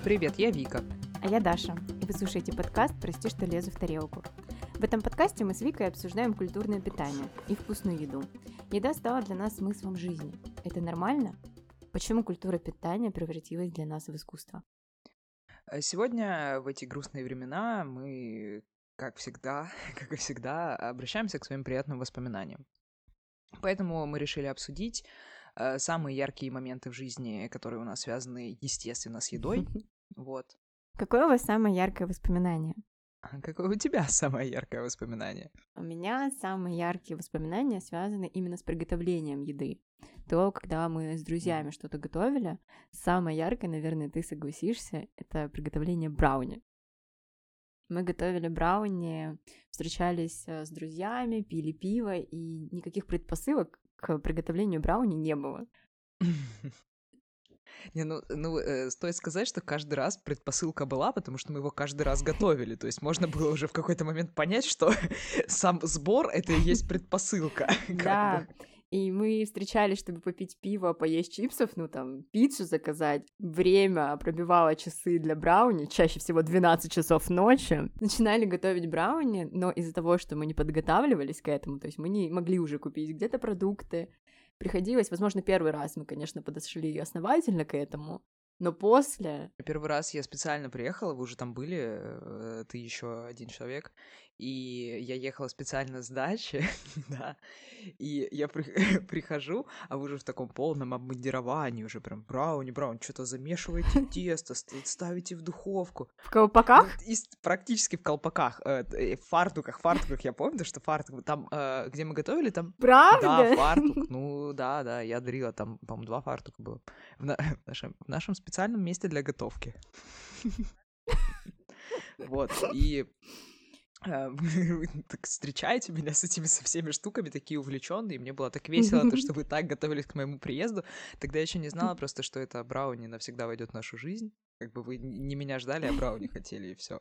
Привет, я Вика. А я Даша, и вы слушаете подкаст «Прости, что лезу в тарелку». В этом подкасте мы с Викой обсуждаем культурное питание и вкусную еду. Еда стала для нас смыслом жизни. Это нормально? Почему культура питания превратилась для нас в искусство? Сегодня, в эти грустные времена, мы, как и всегда, обращаемся к своим приятным воспоминаниям. Поэтому мы решили обсудить самые яркие моменты в жизни, которые у нас связаны, естественно, с едой. Вот. Какое у вас самое яркое воспоминание? А какое у тебя самое яркое воспоминание? У меня самые яркие воспоминания связаны именно с приготовлением еды. То, когда мы с друзьями что-то готовили, самое яркое, наверное, ты согласишься, это приготовление брауни. Мы готовили брауни, встречались с друзьями, пили пиво, и никаких предпосылок к приготовлению брауни не было. Стоит сказать, что каждый раз предпосылка была, потому что мы его каждый раз готовили. То есть можно было уже в какой-то момент понять, что сам сбор — это и есть предпосылка. Да, и мы встречались, чтобы попить пиво, поесть чипсов, пиццу заказать. Время пробивало часы для брауни, чаще всего 12 часов ночи. Начинали готовить брауни, но из-за того, что мы не подготавливались к этому, то есть мы не могли уже купить где-то продукты, приходилось, возможно, первый раз мы, конечно, подошли основательно к этому, но после... Первый раз я специально приехала, вы уже там были, ты еще один человек, и я ехала специально с дачи, да, и я прихожу, а вы уже в таком полном обмундировании, уже прям брауни, что-то замешиваете тесто, ставите в духовку. В колпаках? Практически в колпаках, в фартуках, я помню, что фартук, там, где мы готовили, там... Правда? Да, фартук, да, я дарила, там, по-моему, 2 фартука было в нашем специальном месте для готовки. Вот, и вы так встречаете меня с этими со всеми штуками, такие увлеченные. Мне было так весело, то, что вы так готовились к моему приезду. Тогда я еще не знала просто, что это брауни навсегда войдет в нашу жизнь. Как бы вы не меня ждали, а брауни хотели, и все.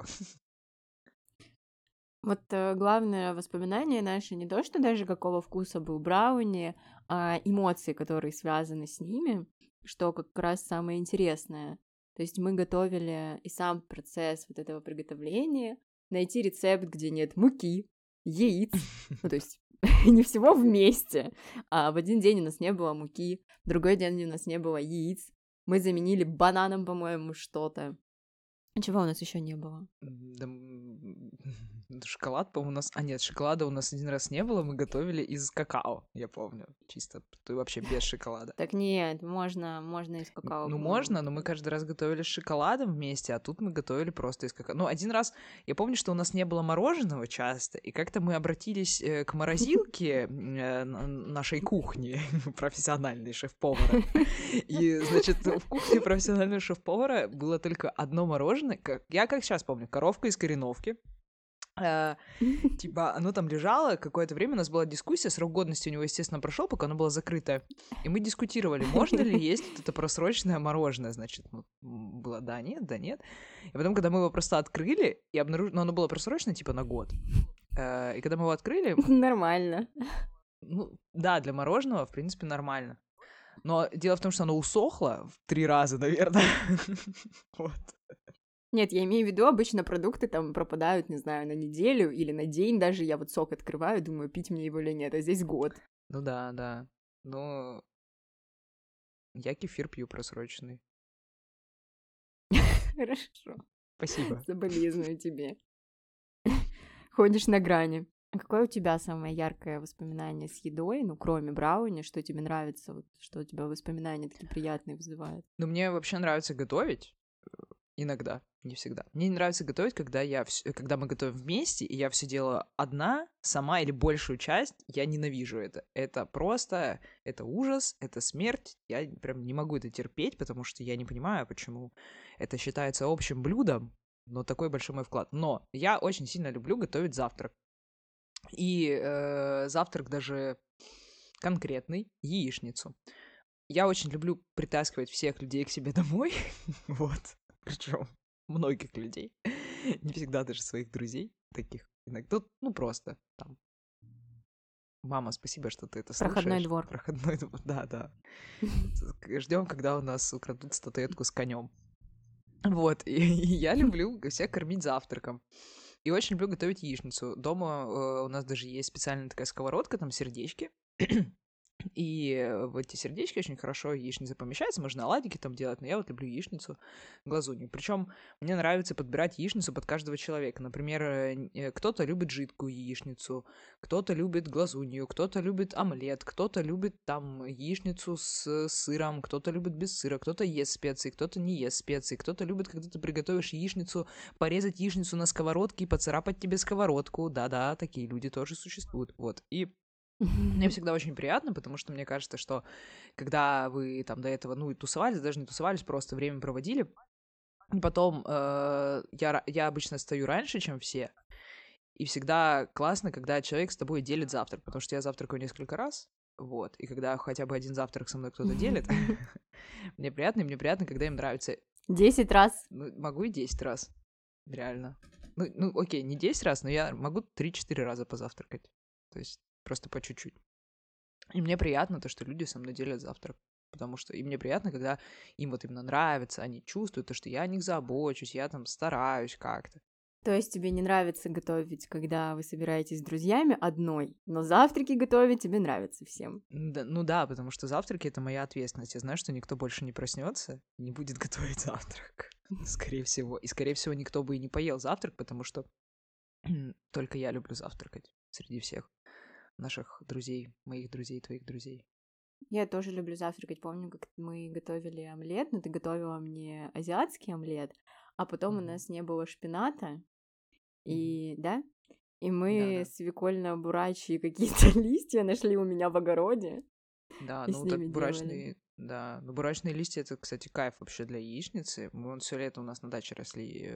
Вот главное воспоминание наше не то, что даже какого вкуса был брауни, а эмоции, которые связаны с ними, что как раз самое интересное. То есть мы готовили и сам процесс вот этого приготовления, найти рецепт, где нет муки, яиц, ну то есть не всего вместе, а в один день у нас не было муки, в другой день у нас не было яиц, мы заменили бананом, по-моему, что-то. Чего у нас еще не было? Шоколад, по-моему, у нас... А нет, шоколада у нас один раз не было, мы готовили из какао, я помню, чисто, то вообще без шоколада. Так нет, можно из какао. Ну, можно, но мы каждый раз готовили с шоколадом вместе, а тут мы готовили просто из какао. Ну, один раз, я помню, что у нас не было мороженого часто, и как-то мы обратились к морозилке нашей кухни, профессиональной шеф-повара. И, значит, в кухне профессионального шеф-повара было только одно мороженое. Я как сейчас помню, коровка из Кореновки. Типа, оно там лежало какое-то время, у нас была дискуссия, срок годности у него, естественно, прошел, пока оно было закрыто. И мы дискутировали, можно ли есть вот это просроченное мороженое, значит, было да, нет. И потом, когда мы его просто открыли, и обнаружили, но оно было просрочено, типа, на год. И когда мы его открыли... Нормально. Ну, да, для мороженого, в принципе, нормально. Но дело в том, что оно усохло в 3 раза, наверное. Вот. Нет, я имею в виду, обычно продукты там пропадают, не знаю, на неделю или на день даже. Я вот сок открываю, думаю, пить мне его или нет, а здесь год. Ну да. Но я кефир пью просроченный. Хорошо. Спасибо. Соболезную тебе. Ходишь на грани. А какое у тебя самое яркое воспоминание с едой, ну, кроме брауни, что тебе нравится, вот, что у тебя воспоминания такие приятные вызывают? Ну, мне вообще нравится готовить. Иногда, не всегда. Мне не нравится готовить, когда мы готовим вместе, и я все делаю одна, сама или большую часть, я ненавижу это. Это просто, это ужас, это смерть. Я прям не могу это терпеть, потому что я не понимаю, почему это считается общим блюдом, но такой большой мой вклад. Но я очень сильно люблю готовить завтрак. И завтрак даже конкретный, яичницу. Я очень люблю притаскивать всех людей к себе домой, вот. Причем многих людей, не всегда даже своих друзей таких. Иногда, ну, просто там. Мама, спасибо, что ты это слушаешь. Проходной двор. Проходной двор, да. Ждем, когда у нас украдут статуэтку с конем. Вот, и я люблю всех кормить завтраком. И очень люблю готовить яичницу. Дома у нас даже есть специальная такая сковородка, там сердечки. И в эти сердечки очень хорошо яичница помещается, можно оладики там делать, но я вот люблю яичницу глазунью. Причем мне нравится подбирать яичницу под каждого человека. Например, кто-то любит жидкую яичницу, кто-то любит глазунью, кто-то любит омлет, кто-то любит там яичницу с сыром, кто-то любит без сыра, кто-то ест специи, кто-то не ест специи, кто-то любит, когда ты приготовишь яичницу, порезать яичницу на сковородке и поцарапать тебе сковородку. Да-да, такие люди тоже существуют. Вот. И мне всегда очень приятно, потому что мне кажется, что когда вы там до этого, ну, и тусовались, даже не тусовались, просто время проводили, и потом я обычно стою раньше, чем все, и всегда классно, когда человек с тобой делит завтрак, потому что я завтракаю несколько раз, вот, и когда хотя бы один завтрак со мной кто-то делит, мне приятно, и мне приятно, когда им нравится. 10 раз. Ну, могу и 10 раз, реально. Ну, окей, не 10 раз, но я могу 3-4 раза позавтракать, то есть просто по чуть-чуть. И мне приятно то, что люди со мной делят завтрак. Потому что и мне приятно, когда им вот именно нравится, они чувствуют то, что я о них забочусь, я там стараюсь как-то. То есть тебе не нравится готовить, когда вы собираетесь с друзьями одной, но завтраки готовить тебе нравится всем. Да, ну да, потому что завтраки — это моя ответственность. Я знаю, что никто больше не проснется и не будет готовить завтрак. Скорее всего. И, скорее всего, никто бы и не поел завтрак, потому что только я люблю завтракать среди всех наших друзей, моих друзей, твоих друзей. Я тоже люблю завтракать. Помню, как мы готовили омлет, но ты готовила мне азиатский омлет, а потом у нас не было шпината, и, да? И мы Да-да. свекольно-бурачьи какие-то листья нашли у меня в огороде, Да, и с ну так ними делали. бурачные, да, ну бурачные листья — это, кстати, кайф вообще для яичницы. Мы вон все лето у нас на даче росли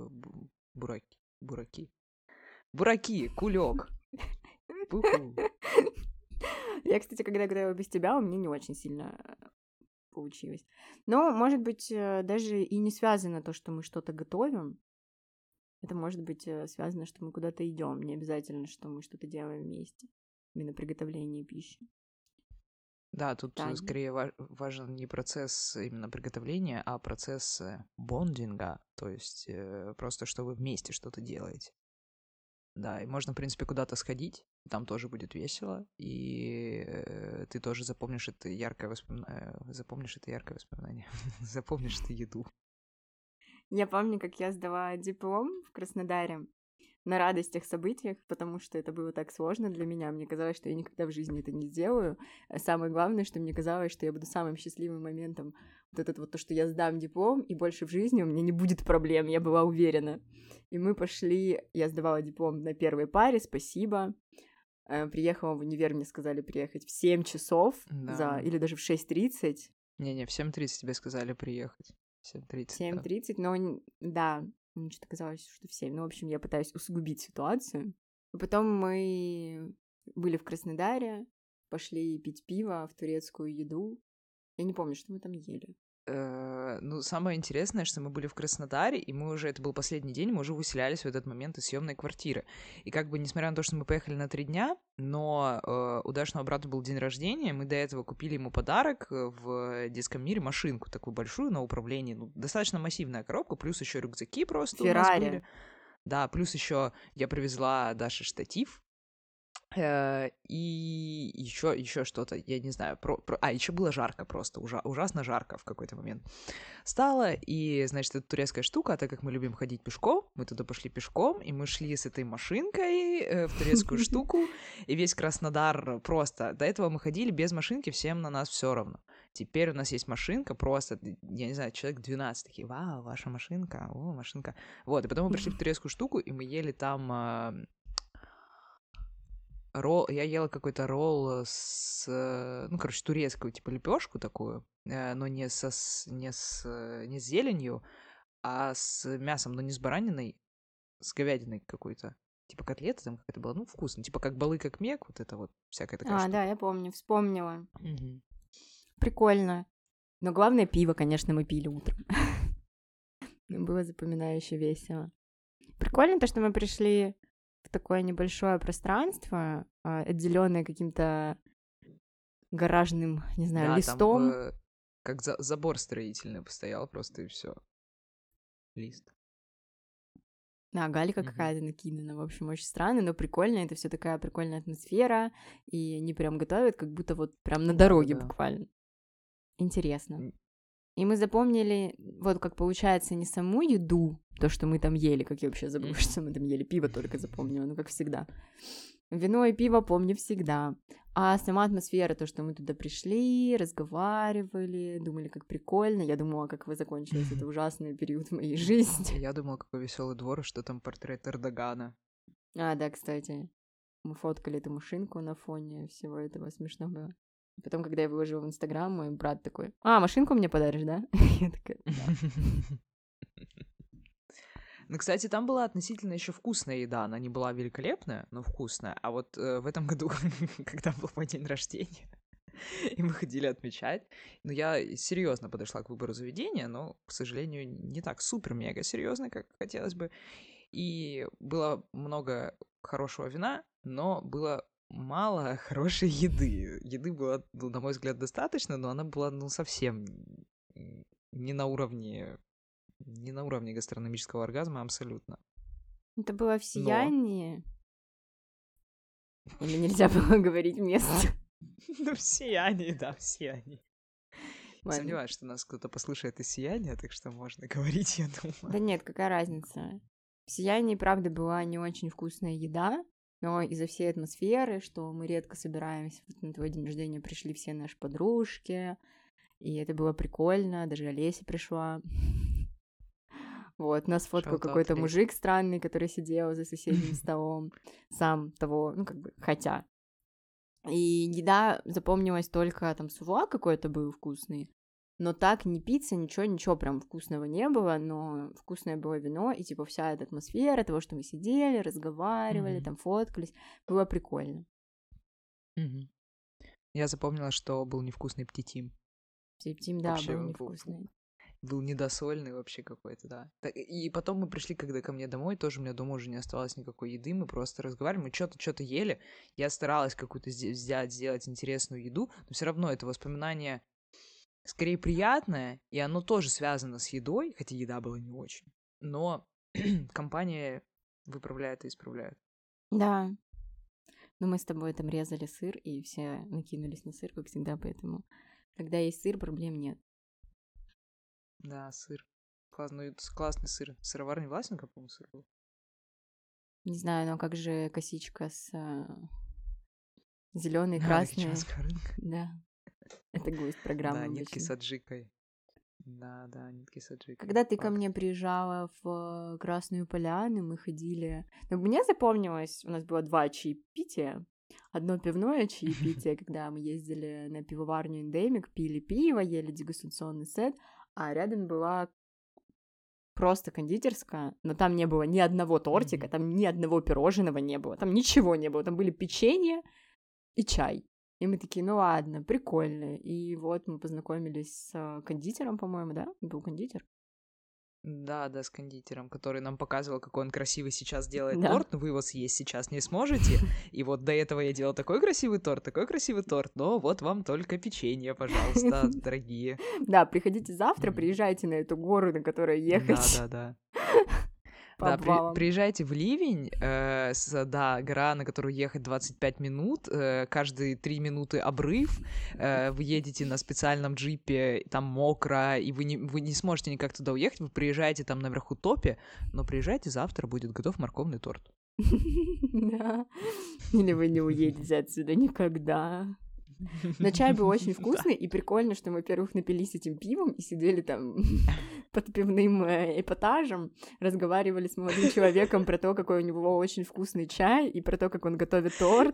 бураки. Бураки, кулек. Пуху. Я, кстати, когда готовила без тебя, у меня не очень сильно получилось. Но, может быть, даже и не связано то, что мы что-то готовим. Это может быть связано, что мы куда-то идем. Не обязательно, что мы что-то делаем вместе. Именно приготовление пищи. Да, тут Таня. скорее важен не процесс именно приготовления, а процесс бондинга, то есть просто что вы вместе что-то делаете. Да, и можно, в принципе, куда-то сходить, там тоже будет весело, и ты тоже запомнишь это яркое воспоминание, запомнишь эту еду. Я помню, как я сдала диплом в Краснодаре на радостях, событиях, потому что это было так сложно для меня. Мне казалось, что я никогда в жизни это не сделаю. А самое главное, что мне казалось, что я буду самым счастливым моментом. Вот этот вот то, что я сдам диплом, и больше в жизни у меня не будет проблем, я была уверена. И мы пошли, я сдавала диплом на первой паре, спасибо. Приехала в универ, мне сказали приехать в 7 часов, Да. или даже в 6:30. Не-не, в 7:30 тебе сказали приехать. 7:30, да. 7:30, но да, мне что-то казалось, что в 7. Ну, в общем, я пытаюсь усугубить ситуацию. И потом мы были в Краснодаре, пошли пить пиво в турецкую еду. Я не помню, что мы там ели. Ну, самое интересное, что мы были в Краснодаре, и мы уже, это был последний день, мы уже выселялись в этот момент из съемной квартиры. И как бы, несмотря на то, что мы поехали на 3 дня, но у Дашиного брата был день рождения, мы до этого купили ему подарок в детском мире, машинку такую большую на управлении, ну, достаточно массивная коробка, плюс еще рюкзаки просто у нас Феррари. были. Да, плюс еще я привезла Даше штатив, и еще что-то, я не знаю, еще было жарко просто, ужасно жарко в какой-то момент стало, и, значит, это турецкая штука, а так как мы любим ходить пешком, мы туда пошли пешком, и мы шли с этой машинкой в турецкую штуку, и весь Краснодар просто, до этого мы ходили без машинки, всем на нас все равно. Теперь у нас есть машинка, просто, я не знаю, человек 12 такие, вау, ваша машинка, о, машинка. Вот, и потом мы пришли в турецкую штуку, и мы ели там ролл, я ела какой-то ролл с, ну, короче, турецкую, типа, лепешку такую, но не с зеленью, а с мясом, но не с бараниной, с говядиной какой-то. Типа котлета там какая-то была, ну, вкусно. Типа как балык, мек, вот это вот всякая такая Да, штука. я помню, вспомнила. Мгм. Прикольно. Но главное, пиво, конечно, мы пили утром. Было запоминающе весело. Прикольно то, что мы пришли в такое небольшое пространство, отделенное каким-то гаражным, не знаю, Да, там листом. как забор строительный постоял просто, и все. лист. Галика какая-то накидана. В общем, очень странно, но прикольно. Это все такая прикольная атмосфера. И они прям готовят, как будто вот прям на дороге буквально. Интересно. И мы запомнили, вот как получается, не саму еду, то, что мы там ели, как я вообще забыла, что мы там ели, пиво только запомнила, ну, как всегда. Вино и пиво помню всегда. А сама атмосфера, то, что мы туда пришли, разговаривали, думали, как прикольно. Я думала, как вы закончились, это ужасный период в моей жизни. Я думала, какой веселый двор, что там портрет Эрдогана. Да, кстати. Мы фоткали эту машинку на фоне всего этого смешного. Потом, когда я выложила в Инстаграм, мой брат такой: машинку мне подаришь, да? Я такая: да. Ну, кстати, там была относительно еще вкусная еда. Она не была великолепная, но вкусная. А вот в этом году, когда был мой день рождения, и мы ходили отмечать, я серьезно подошла к выбору заведения, но, к сожалению, не так супер-мега серьезно, как хотелось бы. И было много хорошего вина, но было мало хорошей еды. Еды было, на мой взгляд, достаточно, но она была, совсем не на уровне гастрономического оргазма абсолютно. Это было в Сиянии? Или нельзя было говорить место? Ну, в Сиянии, да, в Сиянии. Сомневаюсь, что нас кто-то послушает из Сияния, так что можно говорить, я думаю. Да нет, какая разница. В Сиянии, правда, была не очень вкусная еда, но из-за всей атмосферы, что мы редко собираемся, вот на твой день рождения пришли все наши подружки, и это было прикольно, даже Олеся пришла. Вот, нас фоткал какой-то мужик странный, который сидел за соседним столом, сам того, хотя. И еда запомнилась только, там, сувлак какой-то был вкусный, но так ни пицца, ничего прям вкусного не было, но вкусное было вино, и, типа, вся эта атмосфера того, что мы сидели, разговаривали, там, фоткались, было прикольно. Я запомнила, что был невкусный птитим. Птитим, да, был невкусный. Был недосольный вообще какой-то, да. И потом мы пришли, когда ко мне домой, тоже у меня дома уже не осталось никакой еды, мы просто разговаривали, мы что-то ели, я старалась какую-то сделать интересную еду, но все равно это воспоминание скорее приятное, и оно тоже связано с едой, хотя еда была не очень, но компания выправляет и исправляет. Да. Но мы с тобой там резали сыр, и все накинулись на сыр, как всегда, поэтому когда есть сыр, проблем нет. Да, сыр. Классный сыр. Сыроварня Власенко, по-моему, сыр был. Не знаю, но как же косичка с зеленой, красной. Да. Это гость программы. Да, нитки с аджикой. Да, нитки с аджикой. Когда ты ко мне приезжала в Красную Поляну, мы ходили... Но мне запомнилось, у нас было 2 чаепития. Одно пивное чаепитие, когда мы ездили на пивоварню Эндемик, пили пиво, ели дегустационный сет, а рядом была просто кондитерская, но там не было ни одного тортика, там ни одного пирожного не было, там ничего не было, там были печенье и чай. И мы такие: ну ладно, прикольно. И вот мы познакомились с кондитером, по-моему, да? Был кондитер. Да, с кондитером, который нам показывал, какой он красивый сейчас делает торт, но вы его съесть сейчас не сможете. И вот до этого я делал такой красивый торт, но вот вам только печенье, пожалуйста, дорогие. Да, приходите завтра, приезжайте на эту гору, на которой ехать. Да. Да, приезжайте в Ливень, гора, на которую ехать 25 минут, каждые 3 минуты обрыв, вы едете на специальном джипе, там мокро, и вы не сможете никак туда уехать, вы приезжаете там наверху топе, но приезжайте завтра, будет готов морковный торт. Да, или вы не уедете отсюда никогда. Но чай был очень вкусный, и прикольно, что мы, во-первых, напились этим пивом и сидели там под пивным эпатажем, разговаривали с молодым человеком про то, какой у него очень вкусный чай, и про то, как он готовит торт.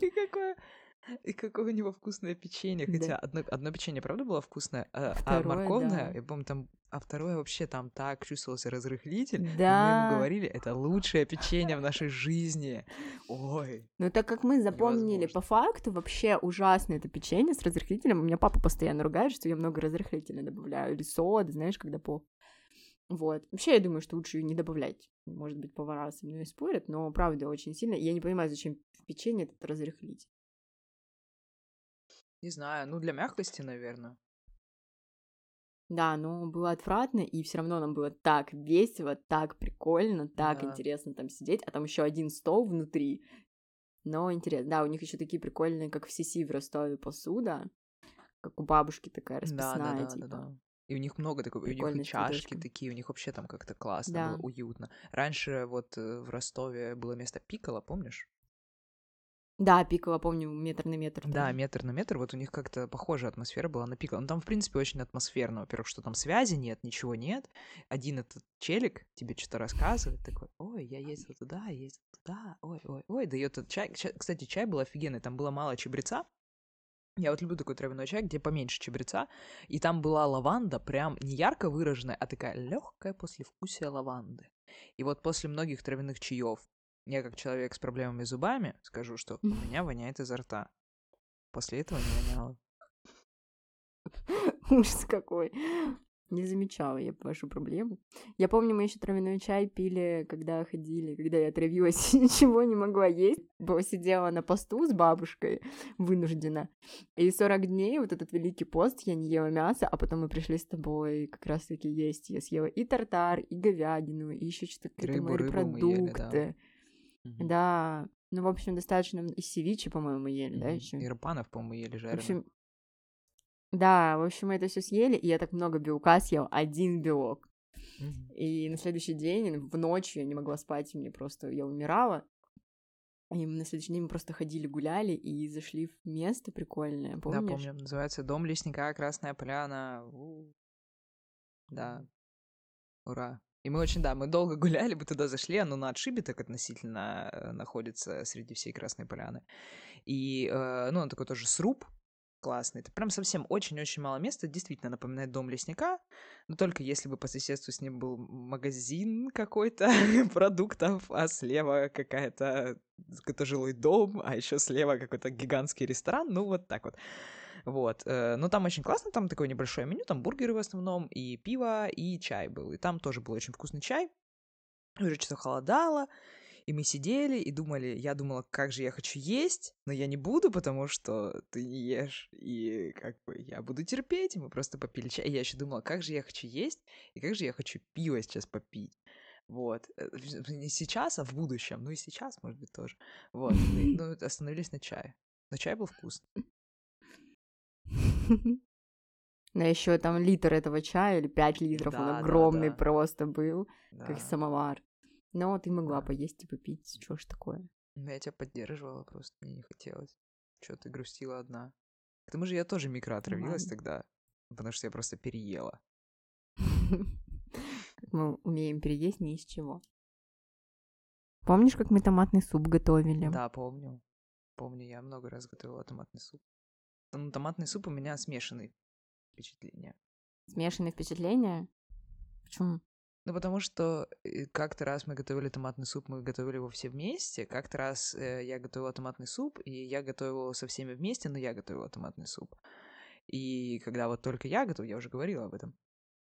И какое у него вкусное печенье. Хотя одно печенье, правда, было вкусное, второе, а морковное, да. Я помню, там, а второе вообще там так чувствовался разрыхлитель. Да. И мы ему говорили: это лучшее печенье в нашей жизни. Ой. Ну, так как мы запомнили, по факту, вообще ужасно это печенье с разрыхлителем. У меня папа постоянно ругает, что я много разрыхлителя добавляю. Или соды, знаешь, когда Вот. Вообще, я думаю, что лучше ее не добавлять. Может быть, повара со мной спорят, но правда очень сильно. Я не понимаю, зачем в печенье этот разрыхлитель. Не знаю, для мягкости, наверное. Да, но было отвратно, и все равно нам было так весело, так прикольно, так Да. интересно там сидеть, а там еще один стол внутри. Но интересно, да, у них еще такие прикольные, как в Сиси в Ростове, посуда, как у бабушки такая расписная, типа. Да. И у них много такого, у них и Прикольно с чашки цветочком. такие, у них вообще там как-то классно было, Да. уютно. Раньше вот в Ростове было место Пикколо, помнишь? Да, Пикколо, помню, метр на метр Да, тоже. метр на метр, вот у них как-то похожая атмосфера была на Пикколо. Ну, там, в принципе, очень атмосферно. Во-первых, что там связи нет, ничего нет. Один этот челик тебе что-то рассказывает, такой, ой, я ездил туда, ой, дает этот чай. Кстати, чай был офигенный, там было мало чабреца. Я вот люблю такой травяной чай, где поменьше чабреца, и там была лаванда, прям не ярко выраженная, а такая легкая послевкусие лаванды. И вот после многих травяных чаев я, как человек с проблемами с зубами, скажу, что у меня воняет изо рта. После этого не воняло. Ужас какой. Не замечала я вашу проблему. Я помню, мы еще травяной чай пили, когда ходили, когда я отравилась и ничего не могла есть. Сидела на посту с бабушкой вынуждена. И 40 дней, вот этот великий пост, я не ела мясо, а потом мы пришли с тобой как раз-таки есть. Я съела и тартар, и говядину, и еще что-то какие-то Рыбу мы ели, да. морепродукты. Да. Ну, в общем, достаточно. И севичи, по-моему, мы ели, да, еще. И рапанов, по-моему, ели В жареных. общем, да, в общем, мы это все съели, и я так много белка съел, один белок. И на следующий день, в ночь я не могла спать, мне просто, я умирала. И на следующий день мы просто ходили, гуляли и зашли в место прикольное, помнишь? Да, помню, называется «Дом лесника, Красная Поляна». Да, ура. И мы очень, да, мы долго гуляли, мы туда зашли, оно на отшибе так относительно находится среди всей Красной Поляны. И, ну, он такой тоже сруб классный. Это прям совсем очень-очень мало места, действительно напоминает дом лесника, но только если бы по соседству с ним был магазин какой-то продуктов, а слева какая-то жилой дом, а еще слева какой-то гигантский ресторан, ну, вот так вот. Вот, но там очень классно, там такое небольшое меню, там бургеры в основном, и пиво, и чай был, и там тоже был очень вкусный чай, уже что-то холодало, и мы сидели и думали, я думала, как же я хочу есть, но я не буду, потому что ты не ешь, и как бы я буду терпеть, и мы просто попили чай, и я еще думала, как же я хочу есть, и как же я хочу пиво сейчас попить. Вот. Не сейчас, а в будущем. Ну и сейчас, может быть, тоже. Вот. Ну, остановились на чае. Но чай был вкусный. Но еще там литр этого чая или 5 литров, он огромный просто был, как самовар. Но ты могла поесть и попить, что ж такое. Я тебя поддерживала, просто мне не хотелось. Что ты грустила одна. К тому же я тоже микроотравилась тогда, потому что я просто переела. Мы умеем переесть ни из чего. Помнишь, как мы томатный суп готовили? Да, помню. Помню, я много раз готовила томатный суп. Но томатный суп у меня смешанные впечатления. Смешанные впечатления? Почему? Ну, потому что как-то раз мы готовили томатный суп, мы готовили его все вместе. Как-то раз я готовила томатный суп, и я готовила его со всеми вместе, но я готовила томатный суп. И когда вот только я готовила, я уже говорила об этом,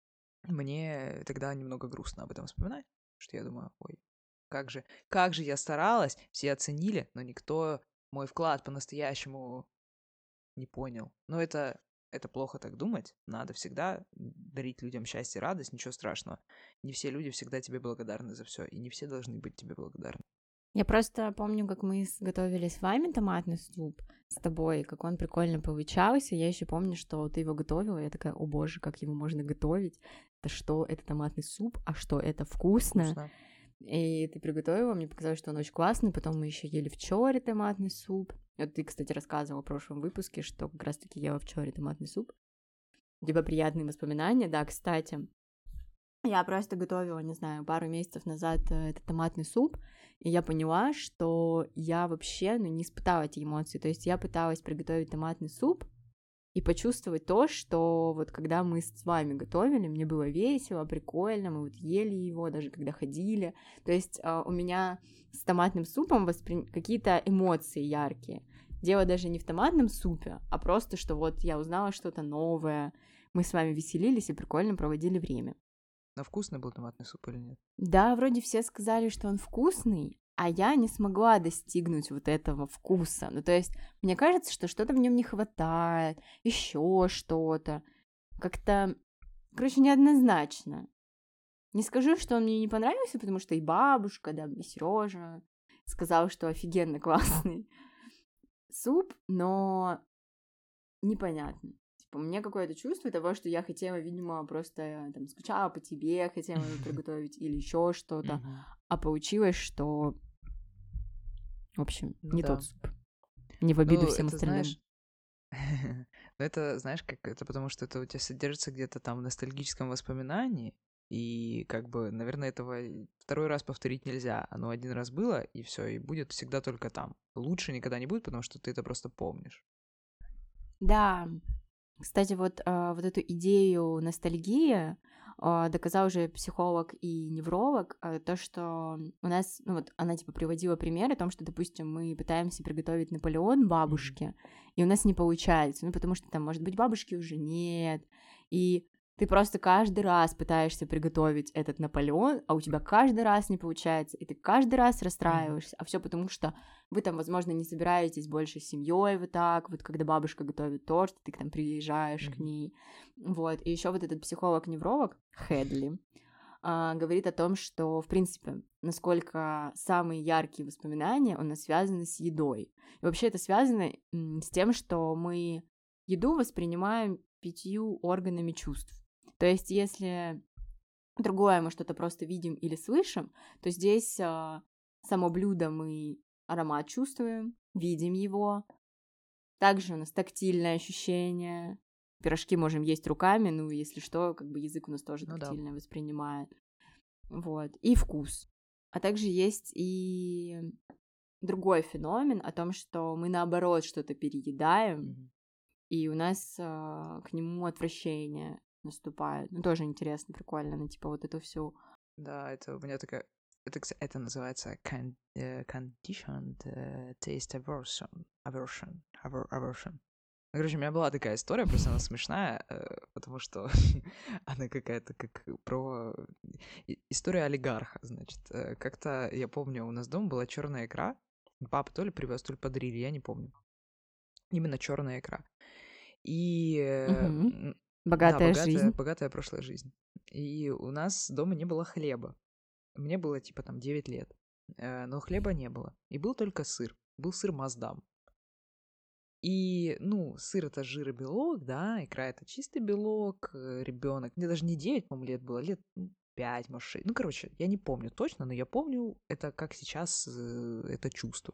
мне тогда немного грустно об этом вспоминать, что я думаю, ой, как же я старалась, все оценили, но никто мой вклад по-настоящему не понял. Но это плохо так думать. Надо всегда дарить людям счастье и радость, ничего страшного. Не все люди всегда тебе благодарны за все, и не все должны быть тебе благодарны. Я просто помню, как мы готовили с вами томатный суп с тобой, как он прикольно получался. Я еще помню, что ты его готовила. Я такая, о боже, как его можно готовить? Это что? Это томатный суп? А что? Это вкусно? И ты приготовила, мне показалось, что он очень классный. Потом мы еще ели в чоре томатный суп. Вот ты, кстати, рассказывала в прошлом выпуске, что как раз-таки ела в чоре томатный суп. У тебя приятные воспоминания, да, кстати. Я просто готовила, не знаю, пару месяцев назад этот томатный суп, и я поняла, что я вообще, не испытала эти эмоции. То есть я пыталась приготовить томатный суп и почувствовать то, что вот когда мы с вами готовили, мне было весело, прикольно, мы вот ели его, даже когда ходили. То есть у меня с томатным супом какие-то эмоции яркие. Дело даже не в томатном супе, а просто, что вот я узнала что-то новое, мы с вами веселились и прикольно проводили время. Но вкусный был томатный суп или нет? Да, вроде все сказали, что он вкусный, а я не смогла достигнуть вот этого вкуса. Ну, то есть, мне кажется, что что-то в нем не хватает, еще что-то. Как-то короче, неоднозначно. Не скажу, что он мне не понравился, потому что и бабушка, да, и Сережа сказал, что офигенно классный суп, но непонятно. Типа, у меня какое-то чувство того, что я хотела, видимо, просто там скучала по тебе, хотела приготовить или еще что-то, а получилось, что, в общем, не тот суп. Не в обиду всем остальным. Ну, это, знаешь, как это потому, что это у тебя содержится где-то там в ностальгическом воспоминании, и как бы, наверное, этого второй раз повторить нельзя. Оно один раз было, и все, и будет всегда только там. Лучше никогда не будет, потому что ты это просто помнишь. Да. Кстати, вот эту идею ностальгии доказал уже психолог и невролог, то, что у нас, ну вот она типа приводила пример о том, что, допустим, мы пытаемся приготовить Наполеон бабушке, и у нас не получается, ну потому что там, может быть, бабушки уже нет, и ты просто каждый раз пытаешься приготовить этот Наполеон, а у тебя каждый раз не получается, и ты каждый раз расстраиваешься, а все потому, что вы там, возможно, не собираетесь больше с семьей вот так, вот когда бабушка готовит торт, ты там приезжаешь к ней, вот, и еще вот этот психолог-невролог Хедли говорит о том, что, в принципе, насколько самые яркие воспоминания у нас связаны с едой, и вообще это связано с тем, что мы еду воспринимаем 5 органами чувств. То есть, если другое мы что-то просто видим или слышим, то здесь само блюдо мы аромат чувствуем, видим его. Также у нас тактильное ощущение. Пирожки можем есть руками, ну, если что, как бы язык у нас тоже тактильно воспринимает. Вот. И вкус. А также есть и другой феномен о том, что мы, наоборот, что-то переедаем, и у нас к нему отвращение наступает. Ну, тоже интересно, прикольно, ну, типа вот эту всю... Да, это у меня такая... Это называется conditioned taste aversion. Короче, у меня была такая история, просто она смешная, потому что она какая-то как про... История олигарха, значит. Как-то, я помню, у нас дома была черная икра. Папа то ли привез, то ли подарили, я не помню. Именно черная икра. И... Богатая жизнь. Богатая прошлая жизнь. И у нас дома не было хлеба. Мне было типа там 9 лет. Но хлеба не было. И был только сыр. Был сыр Маздам. И, ну, сыр — это жир и белок, да, икра — это чистый белок, ребенок. Мне даже не 9, по-моему, лет было, лет 5, может, 6. Ну, короче, я не помню точно, но я помню это как сейчас это чувство.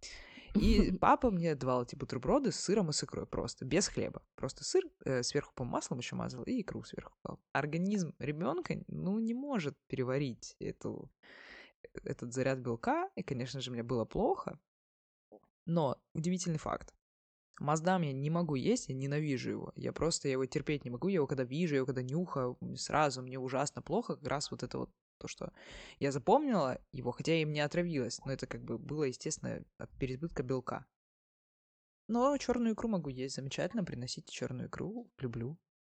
И папа мне давал эти бутерброды с сыром и с икрой просто, без хлеба. Просто сыр, сверху, по маслом еще мазал, и икру сверху клал. Организм ребенка, ну, не может переварить этот заряд белка, и, конечно же, мне было плохо. Но удивительный факт. Маздам я не могу есть, я ненавижу его. Я его терпеть не могу. Я его когда вижу, я его когда нюхаю, сразу мне ужасно плохо. Как раз вот это вот то, что я запомнила его, хотя я им не отравилась. Но это как бы было, естественно, от переизбытка белка. Но черную икру могу есть. Замечательно, приносите черную икру. Люблю.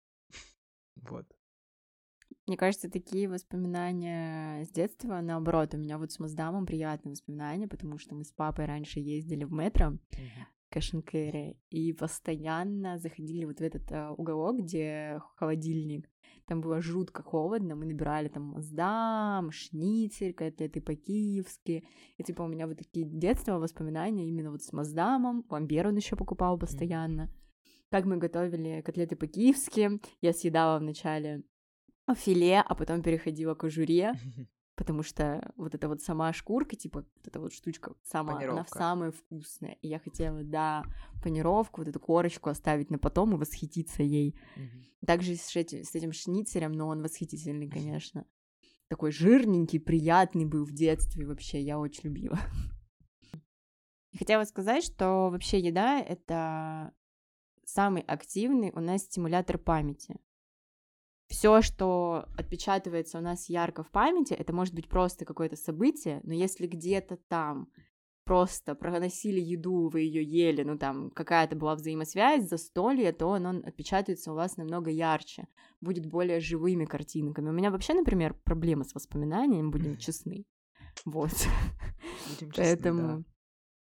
Вот. Мне кажется, такие воспоминания с детства, наоборот, у меня вот с Маздамом приятные воспоминания, потому что мы с папой раньше ездили в метро, Кэш-н-Кэрри, и постоянно заходили вот в этот уголок, где холодильник. Там было жутко холодно, мы набирали там Маздам, шницель, котлеты по-киевски. И типа у меня вот такие детства, воспоминания именно вот с Маздамом. Пломбир он еще покупал постоянно. Как мы готовили котлеты по-киевски. Я съедала вначале филе, а потом переходила к кожуре. Потому что вот эта вот сама шкурка, типа, вот эта вот штучка, она самая вкусная. И я хотела, да, панировку, вот эту корочку оставить на потом и восхититься ей. Также с этим шницелем, но он восхитительный, конечно. Такой жирненький, приятный был в детстве вообще, я очень любила. И хотела сказать, что вообще еда — это самый активный у нас стимулятор памяти. Все, что отпечатывается у нас ярко в памяти, это может быть просто какое-то событие, но если где-то там просто проносили еду, вы ее ели, ну там какая-то была взаимосвязь, застолье, то оно отпечатывается у вас намного ярче, будет более живыми картинками. У меня вообще, например, проблема с воспоминаниями, будем честны. Вот. Будем честны, Поэтому... да.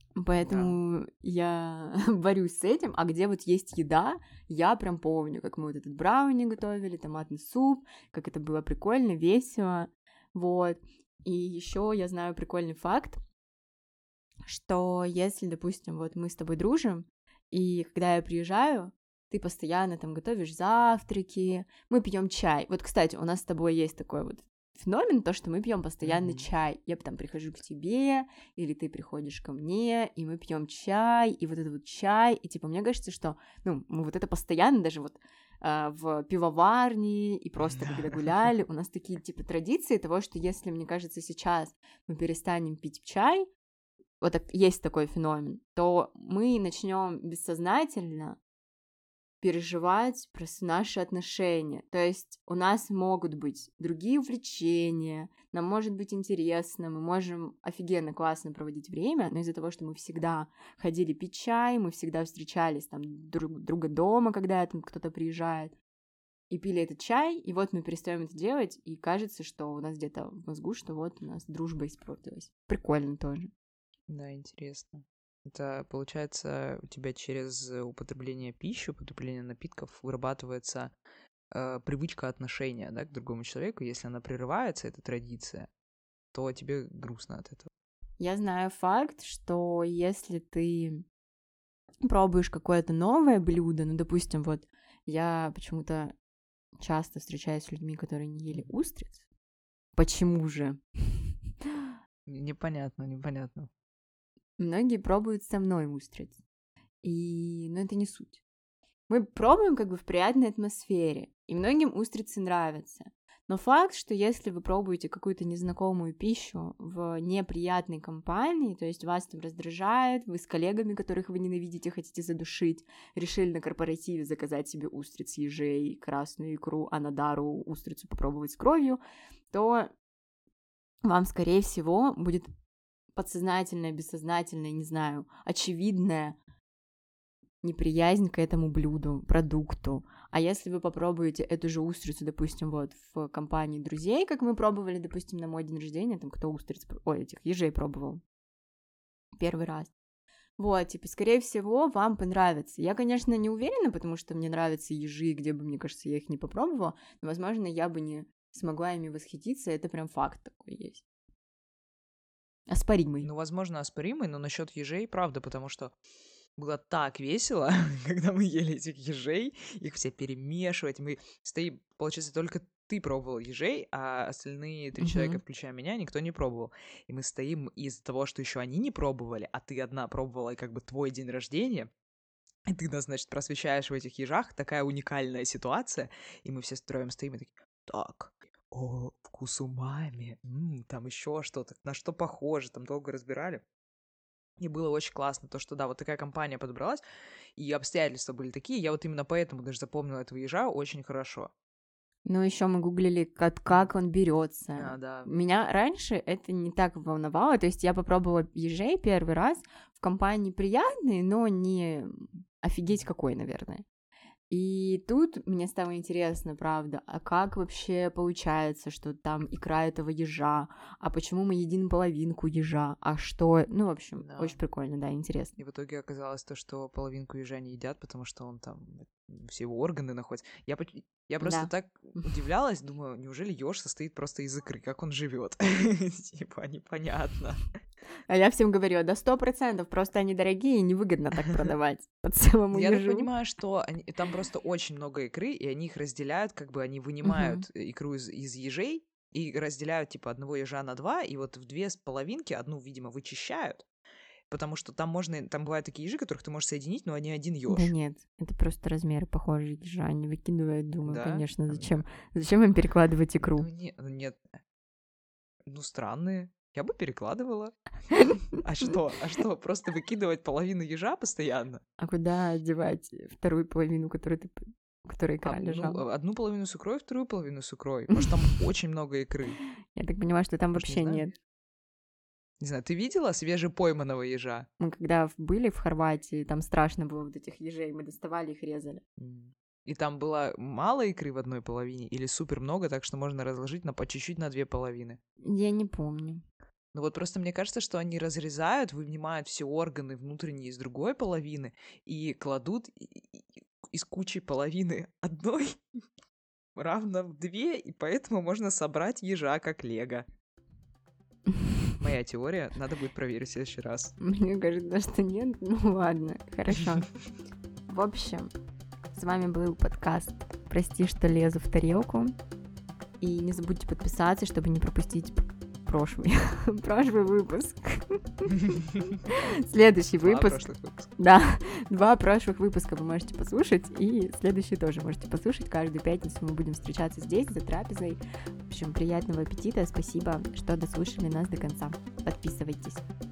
Поэтому я борюсь с этим, а где вот есть еда, я прям помню, как мы вот этот брауни готовили, томатный суп, как это было прикольно, весело, вот. И еще я знаю прикольный факт, что если, допустим, вот мы с тобой дружим, и когда я приезжаю, ты постоянно там готовишь завтраки, мы пьем чай. Вот, кстати, у нас с тобой есть такой вот феномен, то, что мы пьем постоянно чай. Я там прихожу к тебе, или ты приходишь ко мне, и мы пьем чай, и вот этот вот чай, и типа мне кажется, что, ну, мы вот это постоянно даже вот в пивоварне и просто когда гуляли, у нас такие типа традиции того, что если, мне кажется, сейчас мы перестанем пить чай, вот так, есть такой феномен, то мы начнем бессознательно переживать про наши отношения. То есть у нас могут быть другие увлечения, нам может быть интересно, мы можем офигенно классно проводить время, но из-за того, что мы всегда ходили пить чай, мы всегда встречались там друг друга дома, когда там кто-то приезжает, и пили этот чай, и вот мы перестаем это делать, и кажется, что у нас где-то в мозгу, что вот у нас дружба испортилась. Прикольно тоже. Да, интересно. Это, получается, у тебя через употребление пищи, употребление напитков вырабатывается привычка отношения, да, к другому человеку. Если она прерывается, эта традиция, то тебе грустно от этого. Я знаю факт, что если ты пробуешь какое-то новое блюдо, ну, допустим, вот я почему-то часто встречаюсь с людьми, которые не ели устриц. Почему же? Непонятно. Многие пробуют со мной устриц. Но это не суть. Мы пробуем как бы в приятной атмосфере, и многим устрицы нравятся. Но факт, что если вы пробуете какую-то незнакомую пищу в неприятной компании, то есть вас там раздражает, вы с коллегами, которых вы ненавидите, хотите задушить, решили на корпоративе заказать себе устриц, ежей, красную икру, анадару, устрицу попробовать с кровью, то вам, скорее всего, будет подсознательная, бессознательная, не знаю, очевидная неприязнь к этому блюду, продукту. А если вы попробуете эту же устрицу, допустим, вот в компании друзей, как мы пробовали, допустим, на мой день рождения, там кто устриц, этих ежей пробовал первый раз. Вот, типа, скорее всего, вам понравится. Я, конечно, не уверена, потому что мне нравятся ежи, где бы, мне кажется, я их не попробовала, но, возможно, я бы не смогла ими восхититься, это прям факт такой есть. Оспоримый. Ну, возможно, оспоримый, но насчет ежей, правда, потому что было так весело, когда мы ели этих ежей, их все перемешивать, мы стоим, получается, только ты пробовал ежей, а остальные 3 человека, включая меня, никто не пробовал. И мы стоим из-за того, что еще они не пробовали, а ты одна пробовала, и как бы твой день рождения, и ты нас, значит, просвещаешь в этих ежах, такая уникальная ситуация, и мы все строим, стоим и такие, так, о, вкус умами, там еще что-то, на что похоже, там долго разбирали. И было очень классно, то, что, да, вот такая компания подобралась, и обстоятельства были такие, я вот именно поэтому даже запомнила этого ежа очень хорошо. Ну, еще мы гуглили, как он берется. Да. Меня раньше это не так волновало, то есть я попробовала ежей первый раз в компании приятной, но не офигеть какой, наверное. И тут мне стало интересно, правда, а как вообще получается, что там икра этого ежа, а почему мы едим половинку ежа, а что... Ну, в общем, Да. очень прикольно, да, интересно. И в итоге оказалось то, что половинку ежа не едят, потому что он там, все его органы находятся. Я просто так удивлялась, думаю, неужели еж состоит просто из икры, как он живет? Типа, непонятно. А я всем говорю, да 100%, просто они дорогие и невыгодно так продавать по целому ежу. Я так понимаю, что там просто очень много икры, и они их разделяют, как бы они вынимают икру из ежей и разделяют, типа, одного ежа на 2, и вот в 2 половинки одну, видимо, вычищают, потому что там бывают такие ежи, которых ты можешь соединить, но они один еж. Да нет, это просто размеры похожие ежа, они выкидывают, думаю, Да? конечно, зачем им перекладывать икру? Ну, нет, странные. Я бы перекладывала. А что? Просто выкидывать половину ежа постоянно? А куда девать вторую половину, которая икра лежала? Одну половину с икрой, вторую половину с икрой. Может, там очень много икры. Я так понимаю, что там вообще нет. Не знаю, ты видела свежепойманного ежа? Мы когда были в Хорватии, там страшно было вот этих ежей, мы доставали их, резали. И там было мало икры в одной половине или супер много, так что можно разложить по чуть-чуть на 2 половины? Я не помню. Но вот просто мне кажется, что они разрезают, вынимают все органы внутренние из другой половины и кладут из кучи половины одной равно в две, и поэтому можно собрать ежа как лего. Моя теория, надо будет проверить в следующий раз. Мне кажется, что нет. Ну ладно, хорошо. В общем, с вами был подкаст «Прости, что лезу в тарелку». И не забудьте подписаться, чтобы не пропустить прошлый выпуск. Следующий выпуск. Да, 2 прошлых выпуска вы можете послушать, и следующий тоже можете послушать. Каждую пятницу мы будем встречаться здесь, за трапезой. В общем, приятного аппетита, спасибо, что дослушали нас до конца. Подписывайтесь.